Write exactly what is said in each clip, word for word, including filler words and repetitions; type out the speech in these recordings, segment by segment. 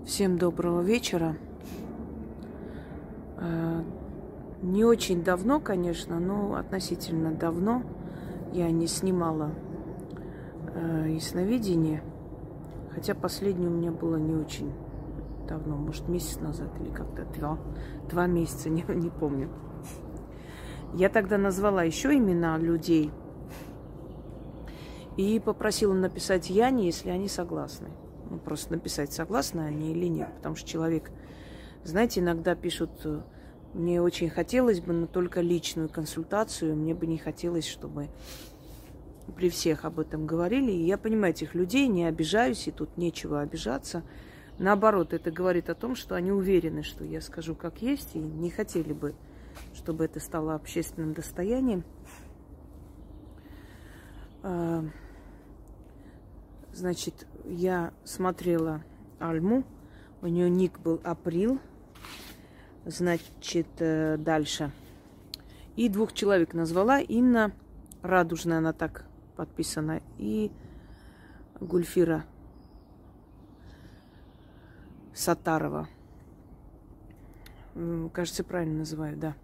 Всем доброго вечера. Не очень давно, конечно, но относительно давно я не снимала ясновидение. Хотя последнее у меня было не очень давно, может, месяц назад или как-то два, два месяца, не, не помню. Я тогда назвала еще имена людей и попросила написать Яне, если они согласны. Ну, просто написать, согласны они или нет. Потому что человек, знаете, иногда пишут, мне очень хотелось бы, но только личную консультацию. Мне бы не хотелось, чтобы при всех об этом говорили. И я понимаю этих людей, не обижаюсь, и тут нечего обижаться. Наоборот, это говорит о том, что они уверены, что я скажу как есть, и не хотели бы, чтобы это стало общественным достоянием. Значит, я смотрела Альму, у нее ник был Април, значит, дальше. И двух человек назвала, Инна Радужная, она так подписана, и Гульфира Сатарова. Кажется, правильно называю, да.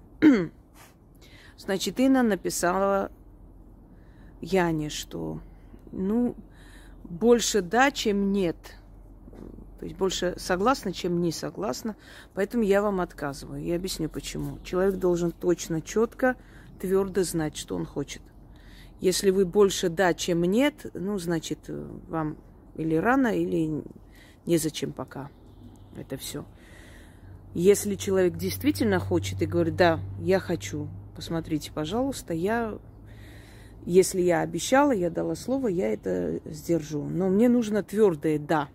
Значит, Инна написала Яне, что, ну, больше да, чем нет. То есть больше согласна, чем не согласна. Поэтому я вам отказываю. Я объясню, почему. Человек должен точно, четко, твердо знать, что он хочет. Если вы больше да, чем нет, ну, значит, вам или рано, или незачем пока. Это все. Если человек действительно хочет и говорит, да, я хочу, посмотрите, пожалуйста, я... Если я обещала, я дала слово, я это сдержу. Но мне нужно твердое «да».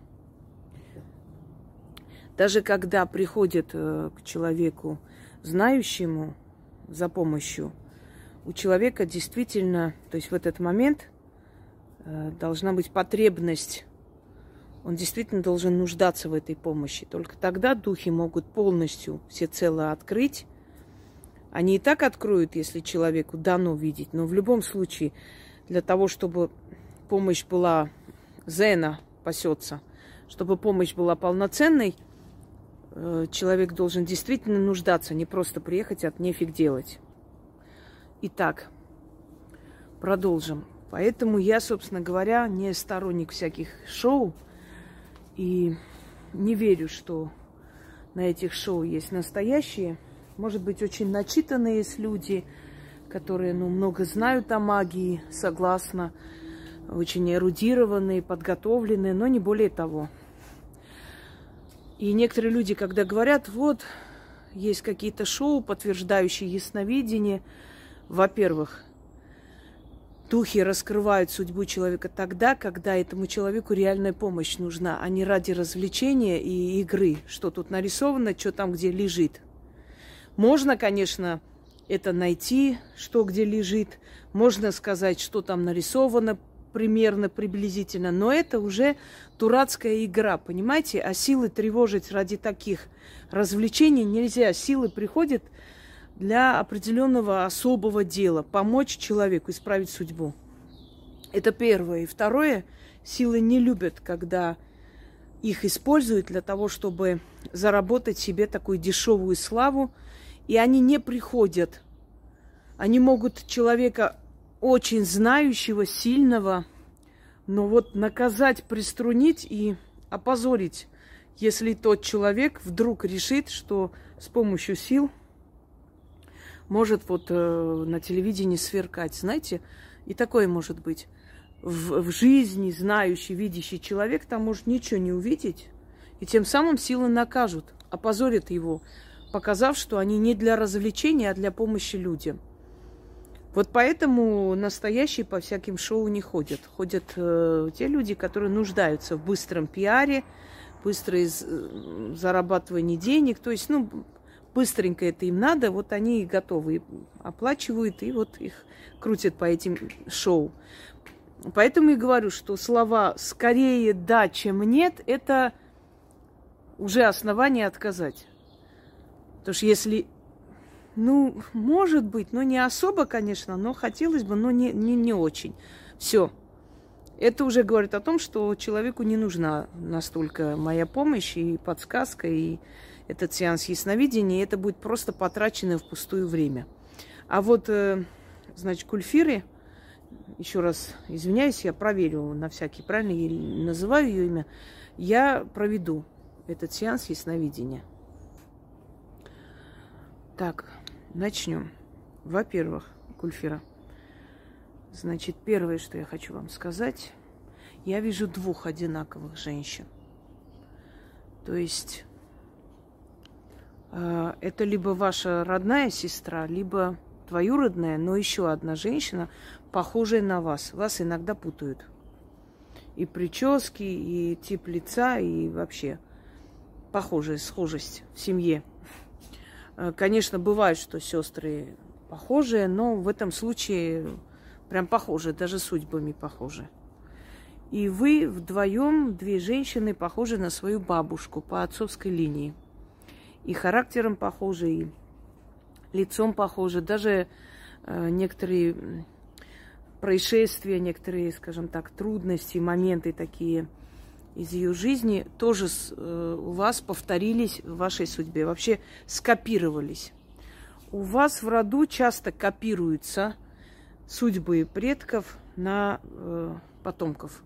Даже когда приходят к человеку, знающему, за помощью, у человека действительно, то есть в этот момент должна быть потребность, он действительно должен нуждаться в этой помощи. Только тогда духи могут полностью всецело открыть. Они и так откроют, если человеку дано видеть, но в любом случае для того, чтобы помощь была зена, пасется, чтобы помощь была полноценной, человек должен действительно нуждаться, не просто приехать, от нефиг делать. Итак, продолжим. Поэтому я, собственно говоря, не сторонник всяких шоу и не верю, что на этих шоу есть настоящие. Может быть, очень начитанные есть люди, которые, ну, много знают о магии, согласна, очень эрудированные, подготовленные, но не более того. И некоторые люди, когда говорят, вот, есть какие-то шоу, подтверждающие ясновидение, во-первых, духи раскрывают судьбу человека тогда, когда этому человеку реальная помощь нужна, а не ради развлечения и игры, что тут нарисовано, что там где лежит. Можно, конечно, это найти, что где лежит. Можно сказать, что там нарисовано примерно, приблизительно. Но это уже дурацкая игра, понимаете? А силы тревожить ради таких развлечений нельзя. Силы приходят для определенного особого дела. Помочь человеку исправить судьбу. Это первое. И второе. Силы не любят, когда их используют для того, чтобы заработать себе такую дешевую славу. И они не приходят. Они могут человека очень знающего, сильного, но вот наказать, приструнить и опозорить, если тот человек вдруг решит, что с помощью сил может вот э, на телевидении сверкать. Знаете, и такое может быть. В, в жизни знающий, видящий человек там может ничего не увидеть, и тем самым силы накажут, опозорят его, показав, что они не для развлечения, а для помощи людям. Вот поэтому настоящие по всяким шоу не ходят. Ходят э, те люди, которые нуждаются в быстром пиаре, быстрое э, зарабатывание денег. То есть, ну, быстренько это им надо, вот они и готовы, оплачивают, и вот их крутят по этим шоу. Поэтому и говорю, что слова «скорее да, чем нет» – это уже основание отказать. Потому что если, ну, может быть, но не особо, конечно, но хотелось бы, но не, не, не очень. Все. Это уже говорит о том, что человеку не нужна настолько моя помощь и подсказка, и этот сеанс ясновидения, это будет просто потраченное впустую время. А вот, значит, Кульфиры, еще раз извиняюсь, я проверю на всякий, правильно я называю ее имя, я проведу этот сеанс ясновидения. Так, начнем. Во-первых, Кульфира, значит, первое, что я хочу вам сказать, я вижу двух одинаковых женщин. То есть э, это либо ваша родная сестра, либо двоюродная, но еще одна женщина, похожая на вас. Вас иногда путают. И прически, и тип лица, и вообще похожая схожесть в семье. Конечно, бывает, что сестры похожие, но в этом случае прям похожи, даже судьбами похожи. И вы вдвоем, две женщины, похожи на свою бабушку по отцовской линии. И характером похожи, и лицом похожи. Даже э, некоторые происшествия, некоторые, скажем так, трудности, моменты такие из ее жизни тоже с, э, у вас повторились в вашей судьбе, вообще скопировались. У вас в роду часто копируются судьбы предков на э, потомков.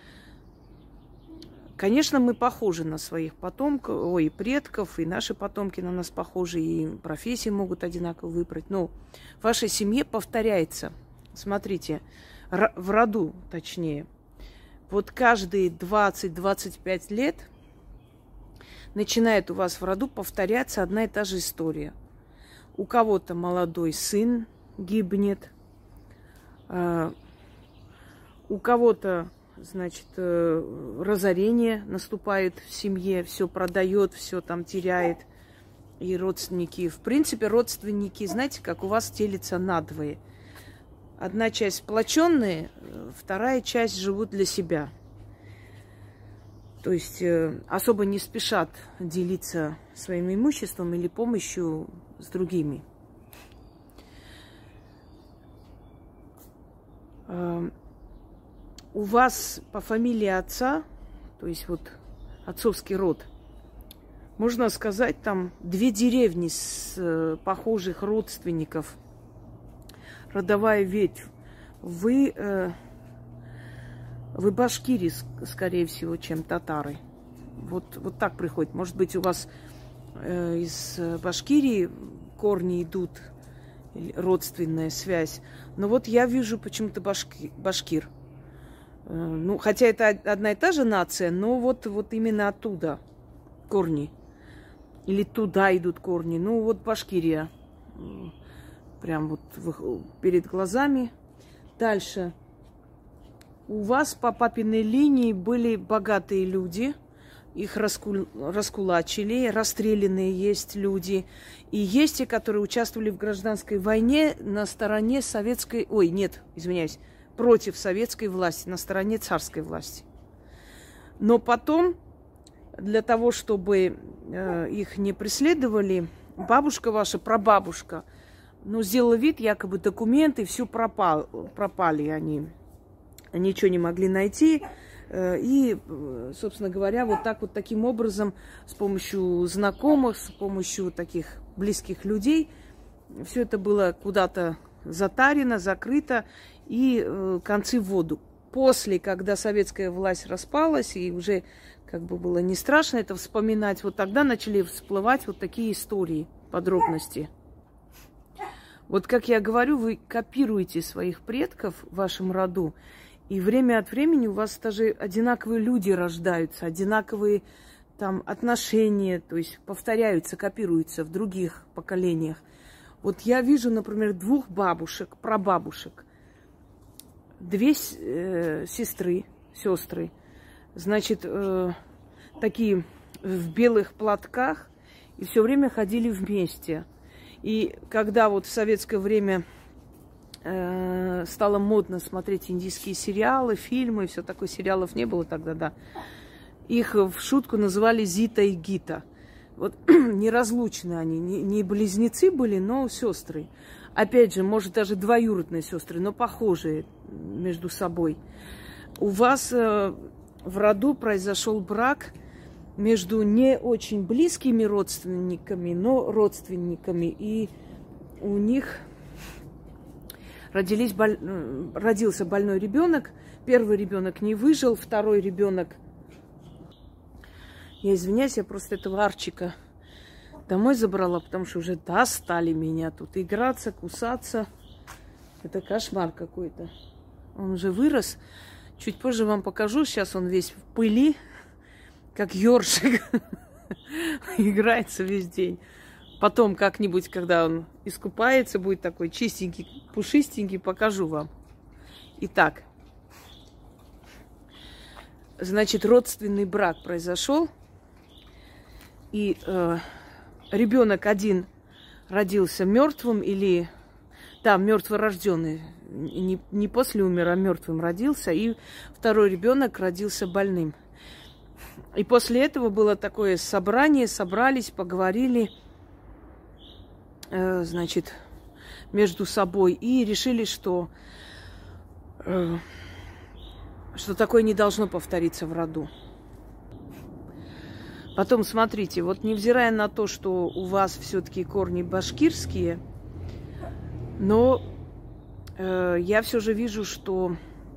Конечно, мы похожи на своих потомков, ой, предков, и наши потомки на нас похожи, и профессии могут одинаково выбрать. Но в вашей семье повторяется. Смотрите, в роду, точнее, вот каждые двадцать-двадцать пять лет начинает у вас в роду повторяться одна и та же история. У кого-то молодой сын гибнет, у кого-то, значит, разорение наступает в семье, все продает, все там теряет, и родственники. В принципе, родственники, знаете, как у вас делятся надвое. Одна часть сплоченные, вторая часть живут для себя. То есть э, особо не спешат делиться своим имуществом или помощью с другими. Э, у вас по фамилии отца, то есть вот отцовский род, можно сказать, там две деревни с э, похожих родственников. Родовая ветвь. Вы, э, вы башкири, скорее всего, чем татары. Вот, вот так приходит. Может быть, у вас э, из Башкирии корни идут, родственная связь. Но вот я вижу почему-то башки, башкир. Э, ну, хотя это одна и та же нация, но вот, вот именно оттуда корни. Или туда идут корни. Ну, вот Башкирия. Прям вот перед глазами. Дальше. У вас по папиной линии были богатые люди. Их раскул... раскулачили. Расстрелянные есть люди. И есть те, которые участвовали в гражданской войне на стороне советской... Ой, нет, извиняюсь. Против советской власти. На стороне царской власти. Но потом, для того, чтобы э, их не преследовали, бабушка ваша, прабабушка, ну, сделала вид, якобы документы, все пропал, пропали они. Ничего не могли найти. И, собственно говоря, вот так вот таким образом, с помощью знакомых, с помощью таких близких людей, все это было куда-то затарено, закрыто, и концы в воду. После, когда советская власть распалась, и уже как бы было не страшно это вспоминать, вот тогда начали всплывать вот такие истории, подробности. Вот как я говорю, вы копируете своих предков в вашем роду, и время от времени у вас даже одинаковые люди рождаются, одинаковые там отношения, то есть повторяются, копируются в других поколениях. Вот я вижу, например, двух бабушек, прабабушек, две э, сестры, сестры, значит, э, такие в белых платках, и все время ходили вместе. И когда вот в советское время э, стало модно смотреть индийские сериалы, фильмы, все такое, сериалов не было тогда, да, их в шутку называли Зита и Гита. Вот неразлучны они, не, не близнецы были, но сестры. Опять же, может, даже двоюродные сестры, но похожие между собой. у вас э, в роду произошел брак между не очень близкими родственниками, но родственниками. И у них родились, боль... родился больной ребенок. Первый ребенок не выжил, второй ребенок... Я извиняюсь, я просто этого Арчика домой забрала, потому что уже достали меня тут играться, кусаться. Это кошмар какой-то. Он уже вырос. Чуть позже вам покажу. Сейчас он весь в пыли, как ёршик. Играется весь день. Потом как-нибудь, когда он искупается, будет такой чистенький, пушистенький, покажу вам. Итак. Значит, родственный брак произошел. И э, ребенок один родился мертвым или, да, мертворожденный, не, не после умер, а мертвым родился, и второй ребенок родился больным. И после этого было такое собрание, собрались, поговорили, э, значит, между собой и решили, что, э, что такое не должно повториться в роду. Потом, смотрите, вот невзирая на то, что у вас все-таки корни башкирские, но э, я все же вижу, что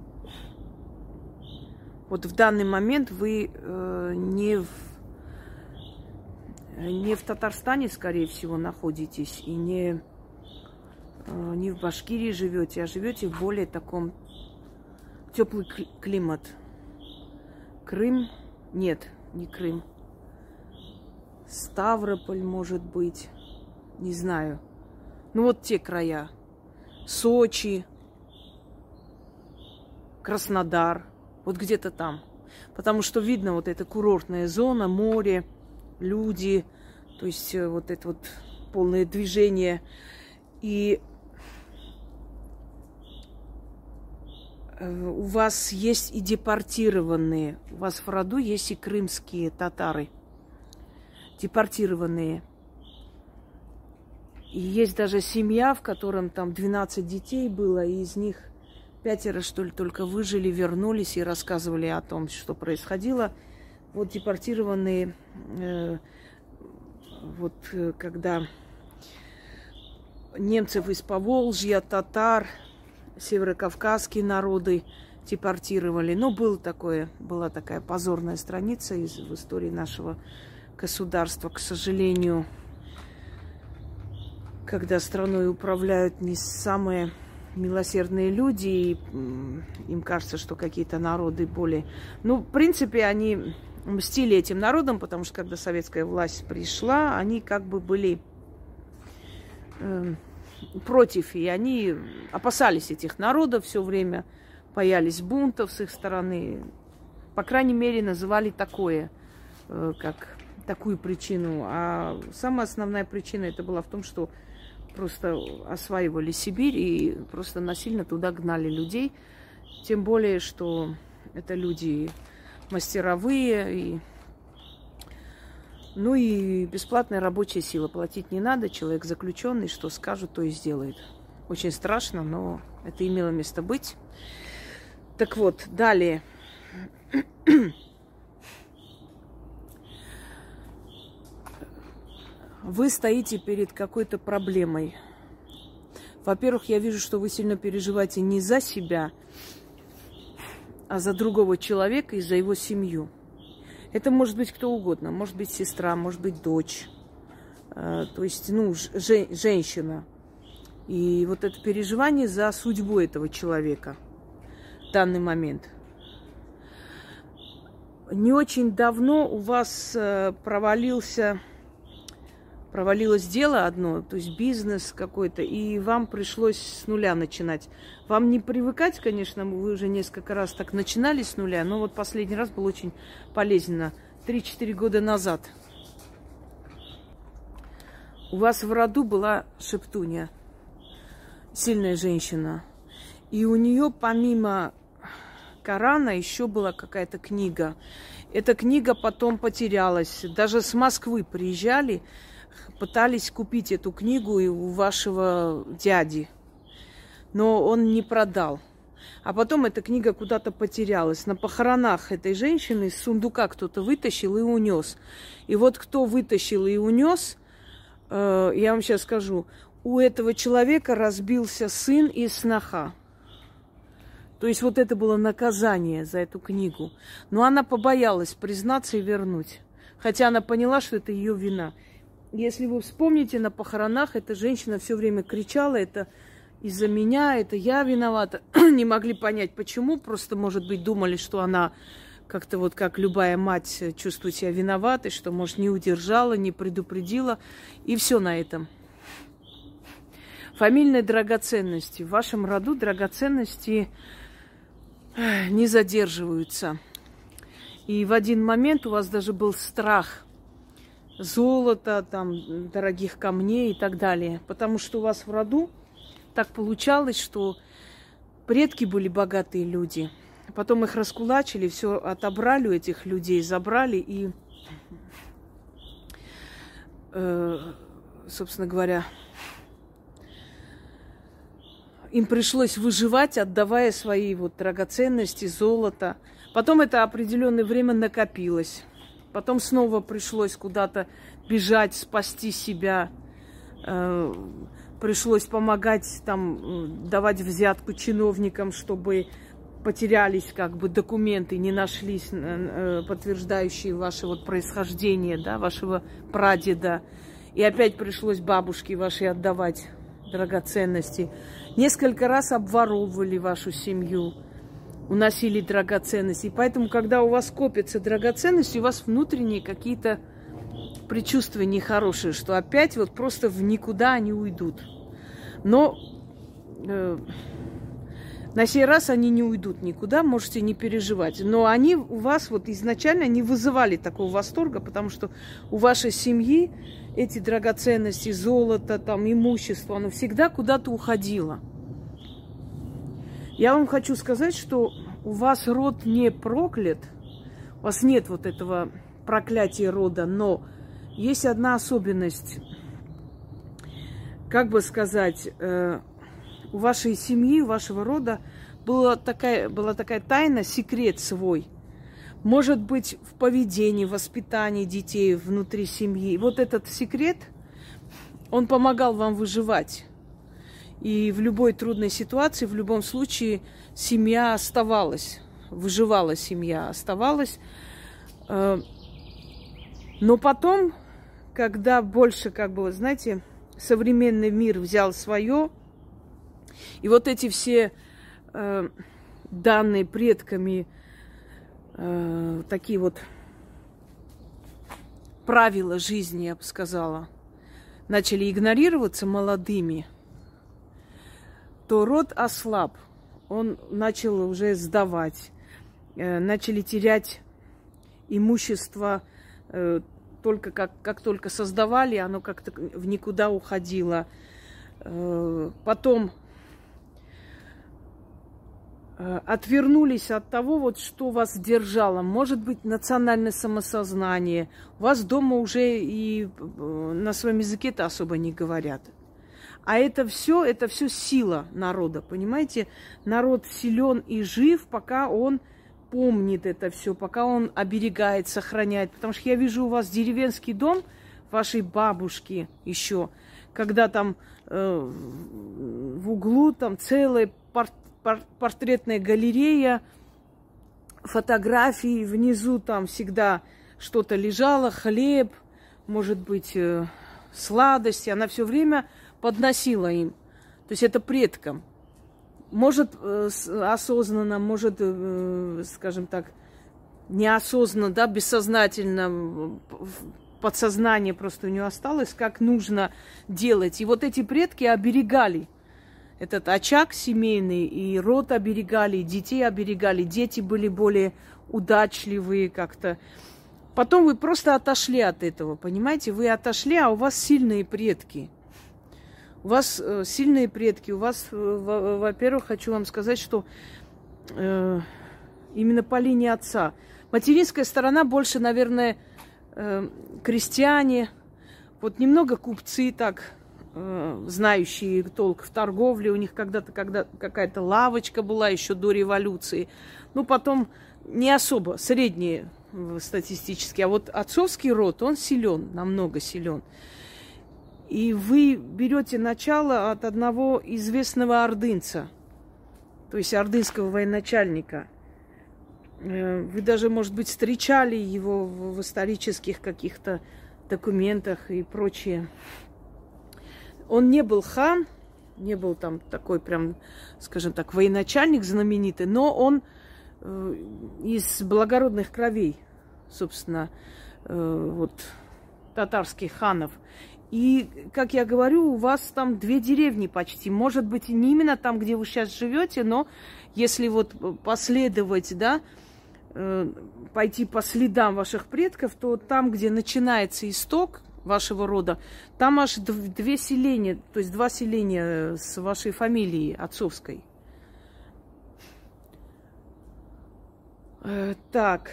вот в данный момент вы э, не, в, не в Татарстане, скорее всего, находитесь, и не, э, не в Башкирии живете, а живете в более таком теплый климат. Крым? Нет, не Крым. Ставрополь, может быть, не знаю. Ну вот те края. Сочи, Краснодар, вот где-то там. Потому что видно вот эта курортная зона, море, люди, то есть вот это вот полное движение. И у вас есть и депортированные, у вас в роду есть и крымские татары. Депортированные. И есть даже семья, в котором там двенадцать детей было, и из них пятеро, что ли, только выжили, вернулись и рассказывали о том, что происходило. Вот депортированные, э, вот э, когда немцев из Поволжья, татар, северокавказские народы депортировали. Но было такое, была такая позорная страница из, в истории нашего государства, к сожалению, когда страной управляют не самые милосердные люди, и им кажется, что какие-то народы более... Ну, в принципе, они мстили этим народам, потому что, когда советская власть пришла, они как бы были э, против, и они опасались этих народов все время, боялись бунтов с их стороны. По крайней мере, называли такое, э, как... такую причину. А самая основная причина это была в том, что просто осваивали Сибирь и просто насильно туда гнали людей. Тем более, что это люди мастеровые. И... Ну и бесплатная рабочая сила. Платить не надо. Человек заключенный, что скажет, то и сделает. Очень страшно, но это имело место быть. Так вот, далее. Вы стоите перед какой-то проблемой. Во-первых, я вижу, что вы сильно переживаете не за себя, а за другого человека и за его семью. Это может быть кто угодно. Может быть сестра, может быть дочь. То есть, ну, же, женщина. И вот это переживание за судьбу этого человека в данный момент. Не очень давно у вас провалился... Провалилось дело одно, то есть бизнес какой-то, и вам пришлось с нуля начинать. Вам не привыкать, конечно, вы уже несколько раз так начинали с нуля, но вот последний раз было очень полезно. три-четыре года назад. У вас в роду была шептунья, сильная женщина. И у нее помимо Корана еще была какая-то книга. Эта книга потом потерялась. Даже с Москвы приезжали, пытались купить эту книгу и у вашего дяди, но он не продал. а потом эта книга куда-то потерялась. На похоронах этой женщины из сундука кто-то вытащил и унес. И вот кто вытащил и унес, э, я вам сейчас скажу, у этого человека разбился сын и сноха. То есть вот это было наказание за эту книгу. Но она побоялась признаться и вернуть. Хотя она поняла, что это ее вина. Если вы вспомните, на похоронах эта женщина все время кричала, это из-за меня, это я виновата. Не могли понять, почему. Просто, может быть, думали, что она как-то вот как любая мать чувствует себя виноватой, что, может, не удержала, не предупредила. И все на этом. Фамильные драгоценности. В вашем роду драгоценности не задерживаются. И в один момент у вас даже был страх золота, там, дорогих камней и так далее. Потому что у вас в роду так получалось, что предки были богатые люди. Потом их раскулачили, все отобрали у этих людей, забрали и, э, собственно говоря, им пришлось выживать, отдавая свои вот драгоценности, золото. Потом это определенное время накопилось. Потом снова пришлось куда-то бежать, спасти себя. Э, пришлось помогать, там, давать взятку чиновникам, чтобы потерялись как бы документы, не нашлись, э, подтверждающие ваше вот происхождение, да, вашего прадеда. И опять пришлось бабушке вашей отдавать драгоценности. Несколько раз обворовывали вашу семью, уносили драгоценности. И поэтому, когда у вас копятся драгоценности, у вас внутренние какие-то предчувствия нехорошие, что опять вот просто в никуда они уйдут. Но э, на сей раз они не уйдут никуда, можете не переживать. Но они у вас вот изначально не вызывали такого восторга, потому что у вашей семьи эти драгоценности, золото, там, имущество, оно всегда куда-то уходило. Я вам хочу сказать, что у вас род не проклят, у вас нет вот этого проклятия рода, но есть одна особенность. Как бы сказать, э, у вашей семьи, у вашего рода была такая, была такая тайна, секрет свой. Может быть, в поведении, в воспитании детей внутри семьи. Вот этот секрет, он помогал вам выживать. И в любой трудной ситуации, в любом случае, семья оставалась. Выживала семья, оставалась. Но потом, когда больше, как бы, знаете, современный мир взял свое, и вот эти все данные предками, Э, такие вот правила жизни, я бы сказала, начали игнорироваться молодыми, то род ослаб. Он начал уже сдавать. Э, начали терять имущество. Э, только как, как только создавали, оно как-то в никуда уходило. Э, потом отвернулись от того, вот, что вас держало. Может быть, национальное самосознание. У вас дома уже и на своем языке-то особо не говорят. А это все, это все сила народа, понимаете? Народ силен и жив, пока он помнит это все, пока он оберегает, сохраняет. Потому что я вижу у вас деревенский дом вашей бабушки еще, когда там э, в углу там целая портрет, портретная галерея, фотографии, внизу там всегда что-то лежало, хлеб, может быть, сладости. Она все время подносила им. То есть это предкам. Может, осознанно, может, скажем так, неосознанно, да, бессознательно, подсознание просто у нее осталось, как нужно делать. И вот эти предки оберегали этот очаг семейный, и род оберегали, и детей оберегали. Дети были более удачливые как-то. Потом вы просто отошли от этого, понимаете? Вы отошли, а у вас сильные предки. У вас э, сильные предки. У вас, э, во-первых, хочу вам сказать, что э, именно по линии отца. Материнская сторона больше, наверное, э, крестьяне. Вот немного купцы так э, знающие толк в торговле, у них когда-то когда какая-то лавочка была еще до революции. Ну, потом не особо, средние статистически. А вот отцовский род, он силен, намного силен. И вы берете начало от одного известного ордынца, то есть ордынского военачальника. Вы даже, может быть, встречали его в исторических каких-то документах и прочее. Он не был хан, не был там такой прям, скажем так, военачальник знаменитый, но он э, из благородных кровей, собственно, э, вот татарских ханов. И, как я говорю, у вас там две деревни почти. Может быть, не именно там, где вы сейчас живете, но если вот последовать, да, э, пойти по следам ваших предков, то там, где начинается исток вашего рода, там аж две селения, то есть два селения с вашей фамилией отцовской. Э, так,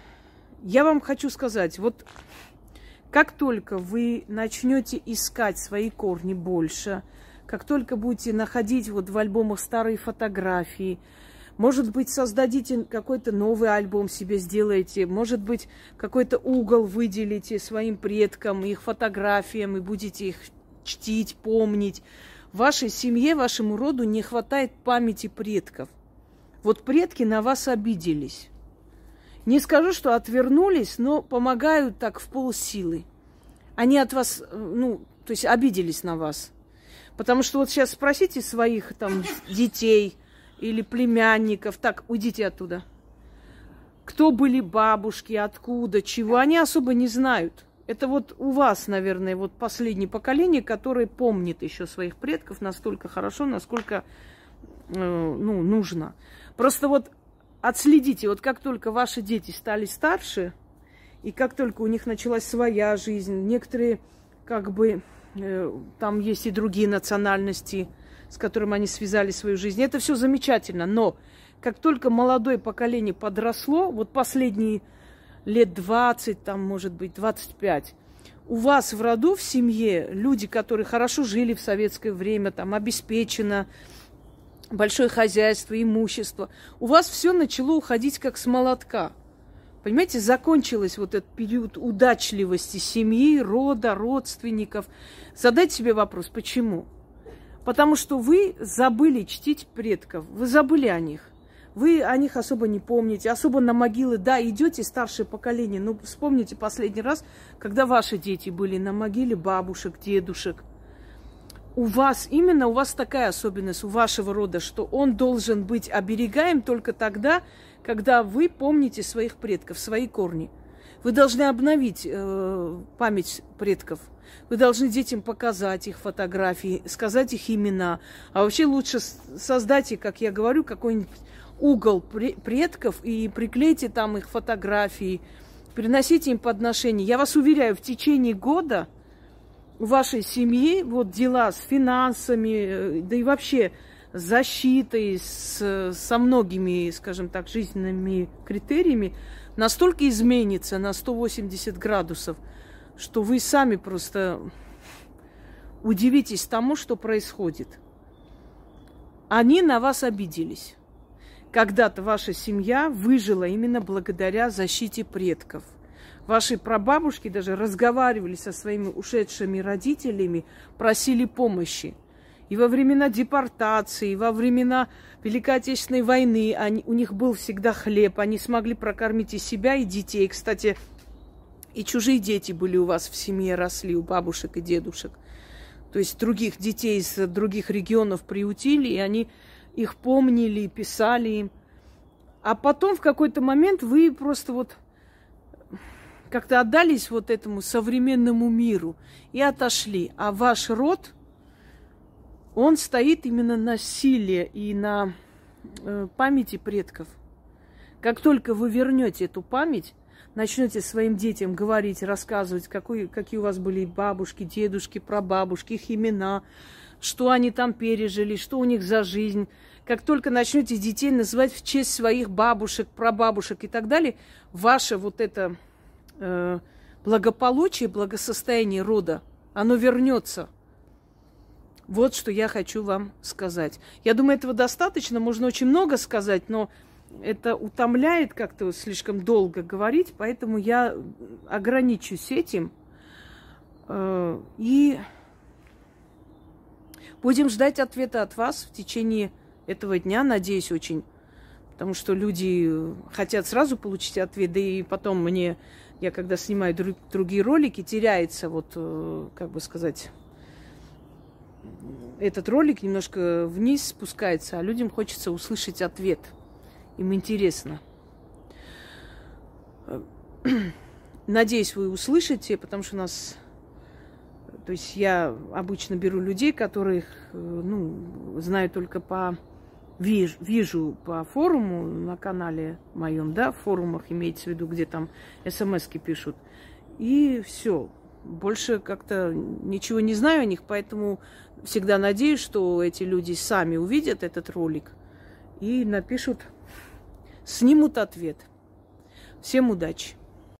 я вам хочу сказать, вот как только вы начнете искать свои корни больше, как только будете находить вот в альбомах старые фотографии, может быть, создадите какой-то новый альбом себе сделаете, может быть, какой-то угол выделите своим предкам, их фотографиям, и будете их чтить, помнить. В вашей семье, вашему роду не хватает памяти предков. Вот предки на вас обиделись. Не скажу, что отвернулись, но помогают так в полсилы. Они от вас, ну, то есть обиделись на вас. Потому что вот сейчас спросите своих там детей или племянников, так, уйдите оттуда. Кто были бабушки, откуда, чего, они особо не знают. Это вот у вас, наверное, вот последнее поколение, которое помнит еще своих предков настолько хорошо, насколько э, ну, нужно. Просто вот отследите, вот как только ваши дети стали старше, и как только у них началась своя жизнь, некоторые, как бы, э, там есть и другие национальности, с которыми они связали свою жизнь. Это все замечательно, но как только молодое поколение подросло, вот последние лет двадцать, там, может быть, двадцать пять, у вас в роду, в семье люди, которые хорошо жили в советское время, там, обеспечено, большое хозяйство, имущество, у вас все начало уходить как с молотка. Понимаете, закончился вот этот период удачливости семьи, рода, родственников. Задайте себе вопрос, почему? Потому что вы забыли чтить предков, вы забыли о них. Вы о них особо не помните, особо на могилы, да, идете, старшее поколение, но вспомните последний раз, когда ваши дети были на могиле бабушек, дедушек. У вас, именно у вас такая особенность, у вашего рода, что он должен быть оберегаем только тогда, когда вы помните своих предков, свои корни. Вы должны обновить э, память предков. Вы должны детям показать их фотографии, сказать их имена. А вообще лучше создайте, как я говорю, какой-нибудь угол предков и приклейте там их фотографии, приносите им подношения. Я вас уверяю, в течение года у вашей семьи вот дела с финансами, да и вообще с защитой, с, со многими, скажем так, жизненными критериями настолько изменится на сто восемьдесят градусов, что вы сами просто удивитесь тому, что происходит. Они на вас обиделись. Когда-то ваша семья выжила именно благодаря защите предков. Ваши прабабушки даже разговаривали со своими ушедшими родителями, просили помощи. И во времена депортации, и во времена Великой Отечественной войны они, у них был всегда хлеб, они смогли прокормить и себя, и детей. Кстати, и чужие дети были у вас в семье, росли у бабушек и дедушек. То есть других детей из других регионов приютили, и они их помнили, писали им. А потом в какой-то момент вы просто вот как-то отдались вот этому современному миру и отошли. А ваш род, он стоит именно на силе и на э, памяти предков. Как только вы вернете эту память, начнете своим детям говорить, рассказывать, какой, какие у вас были бабушки, дедушки, прабабушки, их имена, что они там пережили, что у них за жизнь. Как только начнете детей называть в честь своих бабушек, прабабушек и так далее, ваше вот это э, благополучие, благосостояние рода, оно вернется. Вот что я хочу вам сказать. Я думаю, этого достаточно. Можно очень много сказать, но это утомляет как-то слишком долго говорить, поэтому я ограничусь этим. И будем ждать ответа от вас в течение этого дня, надеюсь, очень. Потому что люди хотят сразу получить ответ, да и потом мне, я когда снимаю друг, другие ролики, теряется, вот, как бы сказать, этот ролик немножко вниз спускается, а людям хочется услышать ответ. Им интересно. Надеюсь, вы услышите, потому что у нас... То есть я обычно беру людей, которых, ну, знаю только по... Вижу, вижу по форуму на канале моем, да, в форумах имеется в виду, где там смс-ки пишут. И все. Больше как-то ничего не знаю о них, поэтому всегда надеюсь, что эти люди сами увидят этот ролик и напишут, снимут ответ. Всем удачи!